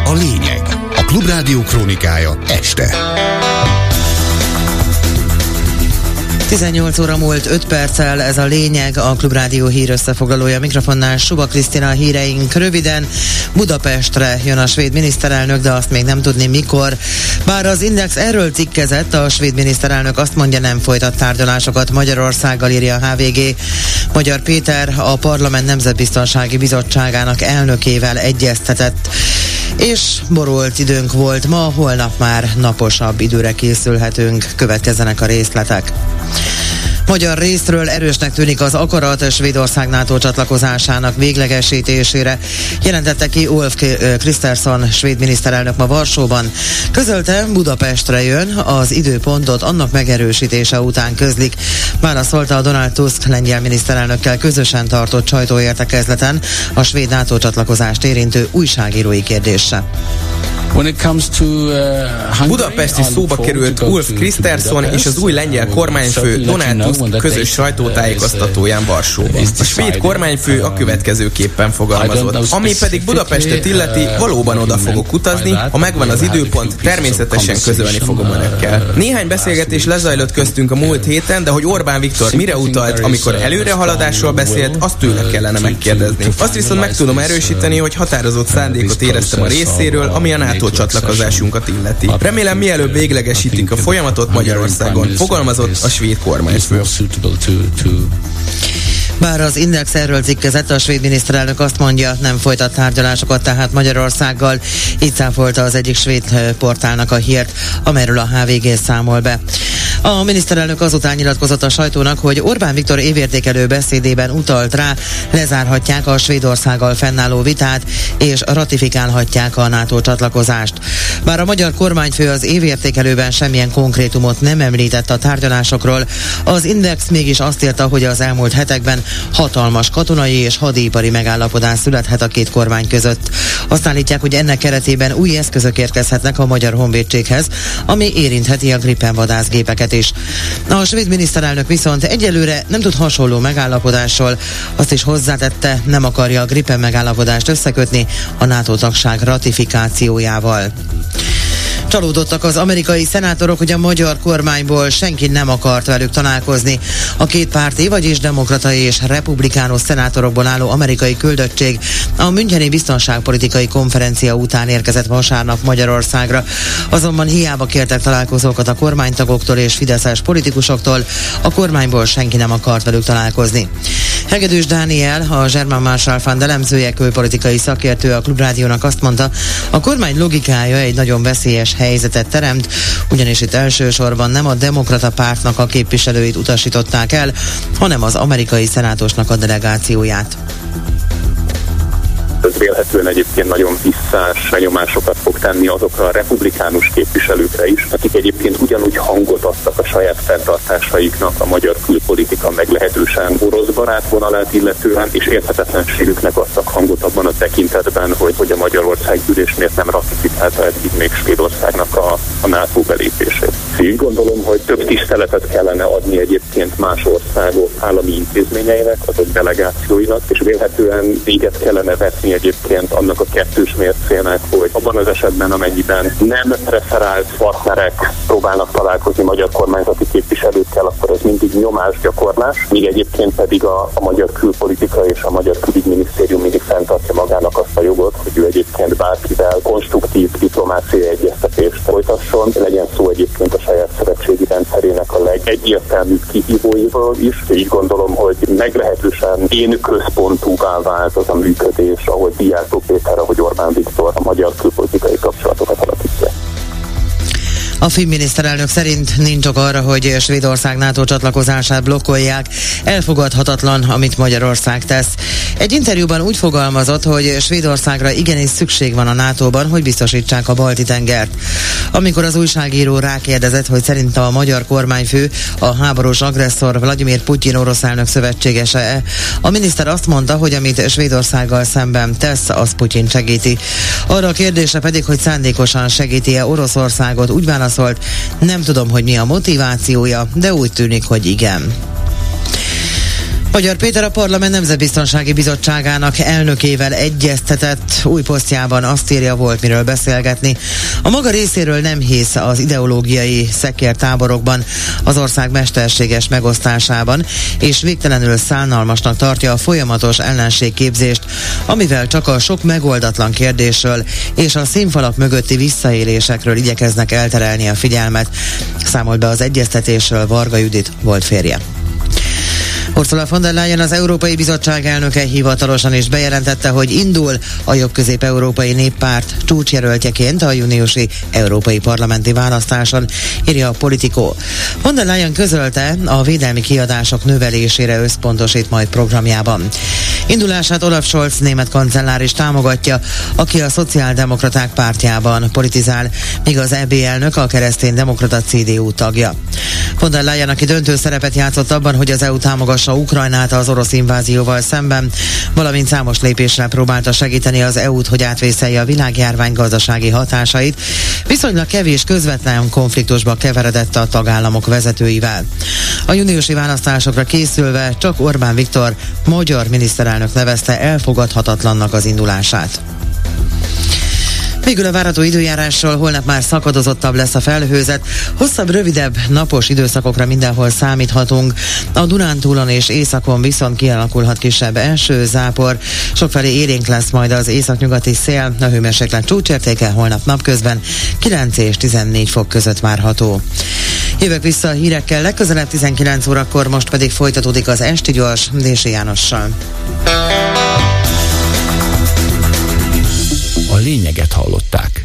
a lényeg. A Klubrádió krónikája este. 18 óra múlt 5 perccel, ez a lényeg, a Klubrádió hír összefoglalója. Mikrofonnál Suba Krisztina, híreink röviden. Budapestre jön a svéd miniszterelnök, de azt még nem tudni mikor. Bár az Index erről cikkezett, a svéd miniszterelnök azt mondja, nem folytat tárgyalásokat Magyarországgal, írja a HVG. Magyar Péter a Parlament Nemzetbiztonsági Bizottságának elnökével egyeztetett. És borult időnk volt ma, holnap már naposabb időre készülhetünk. Következzenek a részletek. Magyar részről erősnek tűnik az akarat Svédország NATO csatlakozásának véglegesítésére, jelentette ki Ulf Kristersson svéd miniszterelnök ma Varsóban. Közölte, Budapestre jön, az időpontot annak megerősítése után közlik, válaszolta a Donald Tusk lengyel miniszterelnökkel közösen tartott sajtóértekezleten a svéd NATO csatlakozást érintő újságírói kérdésre. Budapest is szóba került Ulf Kristersson és az új lengyel kormányfő Donald Tusk közös sajtótájékoztatóján Varsóban. A svéd kormányfő a következőképpen fogalmazott. Ami pedig Budapestet illeti, valóban oda fogok utazni, ha megvan az időpont, természetesen közölni fogom önökkel. Néhány beszélgetés lezajlott köztünk a múlt héten, de hogy Orbán Viktor mire utalt, amikor előrehaladásról beszélt, azt tőle kellene megkérdezni. Azt viszont meg tudom erősíteni, hogy határozott szándékot éreztem a részéről, ami a NATO csatlakozásunkat illeti. Remélem mielőbb véglegesítik a folyamatot Magyarországon, fogalmazott a svéd kormányfő. Bár az Index erről cikkezett, a svéd miniszterelnök azt mondja, nem folytat tárgyalásokat tehát Magyarországgal. Így cáfolta az egyik svéd portálnak a hírt, amelyről a HVG számol be. A miniszterelnök azután nyilatkozott a sajtónak, hogy Orbán Viktor évértékelő beszédében utalt rá, lezárhatják a Svédországgal fennálló vitát, és ratifikálhatják a NATO csatlakozást. Bár a magyar kormányfő az évértékelőben semmilyen konkrétumot nem említett a tárgyalásokról, az Index mégis azt írta, hogy az elmúlt hetekben hatalmas katonai és hadipari megállapodás születhet a két kormány között. Azt állítják, hogy ennek keretében új eszközök érkezhetnek a magyar honvédséghez, ami érintheti a Gripen vadászgépeket is. A svéd miniszterelnök viszont egyelőre nem tud hasonló megállapodásról, azt is hozzátette, nem akarja a Gripen megállapodást összekötni a NATO tagság ratifikációjával. Csalódottak az amerikai szenátorok, hogy a magyar kormányból senki nem akart velük találkozni. A két párti, vagyis demokratai és republikánus szenátorokból álló amerikai küldöttség a müncheni biztonságpolitikai konferencia után érkezett vasárnap Magyarországra. Azonban hiába kértek találkozókat a kormánytagoktól és fideszes politikusoktól, a kormányból senki nem akart velük találkozni. Hegedűs Dániel, a German Marshall Fund elemzője, külpolitikai szakértő a Klubrádiónak azt mondta, a kormány logikája egy nagyon veszélyes helyzetet teremt, ugyanis itt elsősorban nem a demokrata pártnak a képviselőit utasították el, hanem az amerikai szenátusnak a delegációját. Ez vélhetően egyébként nagyon visszás benyomásokat fog tenni azokra a republikánus képviselőkre is, akik egyébként ugyanúgy hangot adtak a saját fenntartásaiknak a magyar külpolitika meglehetősen orosz barát vonalát illetően, és érthetetlenségüknek adtak hangot abban a tekintetben, hogy a Magyarország gyűlés miért nem ratifikálta eddig még Svédországnak a NATO belépését. Úgy gondolom, hogy több tiszteletet kellene adni egyébként más országok állami intézményeinek, azok delegációinak, és vélhetően véget kellene vetni egyébként annak a kettős mércének, hogy abban az esetben, amennyiben nem preferált partnerek próbálnak találkozni magyar kormányzati képviselőkkel, akkor ez mindig nyomásgyakorlás, míg egyébként pedig a magyar külpolitika és a magyar külügyminisztérium mindig fenntartja magának azt a jogot, hogy ő egyébként bárkivel konstruktív diplomáciai egyeztetést folytasson, legyen szó egyébként a saját szövetségi rendszerének a legegyértelműbb kihívóival is. Így gondolom, hogy meglehetősen én központúvá vált az a működés, ahogy Szijjártó Péter, ahogy Orbán Viktor a magyar külpolitikai kapcsolatokat alakítja. A finn miniszterelnök szerint nincs ok arra, hogy Svédország NATO csatlakozását blokkolják. Elfogadhatatlan, amit Magyarország tesz. Egy interjúban úgy fogalmazott, hogy Svédországra igenis szükség van a NATO-ban, hogy biztosítsák a Balti-tengert. Amikor az újságíró rákérdezett, hogy szerinte a magyar kormányfő a háborús agresszor Vladimir Putyin orosz elnök szövetségese, a miniszter azt mondta, hogy amit Svédországgal szemben tesz, az Putyin segíti. Arra a kérdésre pedig, hogy szándékosan segíti-e Oroszországot, úgy válaszolt, nem tudom, hogy mi a motivációja, de úgy tűnik, hogy igen. Magyar Péter a Parlament Nemzetbiztonsági Bizottságának elnökével egyeztetett, új posztjában azt írja, volt miről beszélgetni. A maga részéről nem hisz az ideológiai szekértáborokban, az ország mesterséges megosztásában, és végtelenül szánalmasnak tartja a folyamatos ellenségképzést, amivel csak a sok megoldatlan kérdésről és a színfalak mögötti visszaélésekről igyekeznek elterelni a figyelmet, számolt be az egyeztetésről Varga Judit volt férje. Ursula von der Leyen, az Európai Bizottság elnöke hivatalosan is bejelentette, hogy indul a Jobb-Közép-Európai Néppárt csúcsjelöltjeként a júniusi európai parlamenti választáson, írja a Politico. Von der Leyen közölte, a védelmi kiadások növelésére összpontosít majd programjában. Indulását Olaf Scholz német kancellár is támogatja, aki a szociáldemokraták pártjában politizál, míg az EB elnök a kereszténydemokrata CDU tagja. Von der Leyen, aki döntő szerepet játszott abban, hogy az EU támogassa Ukrajnát az orosz invázióval szemben, valamint számos lépéssel próbálta segíteni az EU-t, hogy átvészelje a világjárvány gazdasági hatásait, viszonylag kevés közvetlen konfliktusba keveredett a tagállamok vezetőivel. A júniusi választásokra készülve csak Orbán Viktor magyar miniszterelnök nevezte elfogadhatatlannak az indulását. Végül a várható időjárásról: holnap már szakadozottabb lesz a felhőzet, hosszabb, rövidebb napos időszakokra mindenhol számíthatunk. A Dunántúlon és északon viszont kialakulhat kisebb esőzápor, sokfelé élénk lesz majd az északnyugati szél, a hőmérséklet csúcsértéke holnap napközben 9 és 14 fok között várható. Jövök vissza a hírekkel legközelebb 19 órakor, most pedig folytatódik az Esti Gyors Dési Jánossal. A lényeget hallották.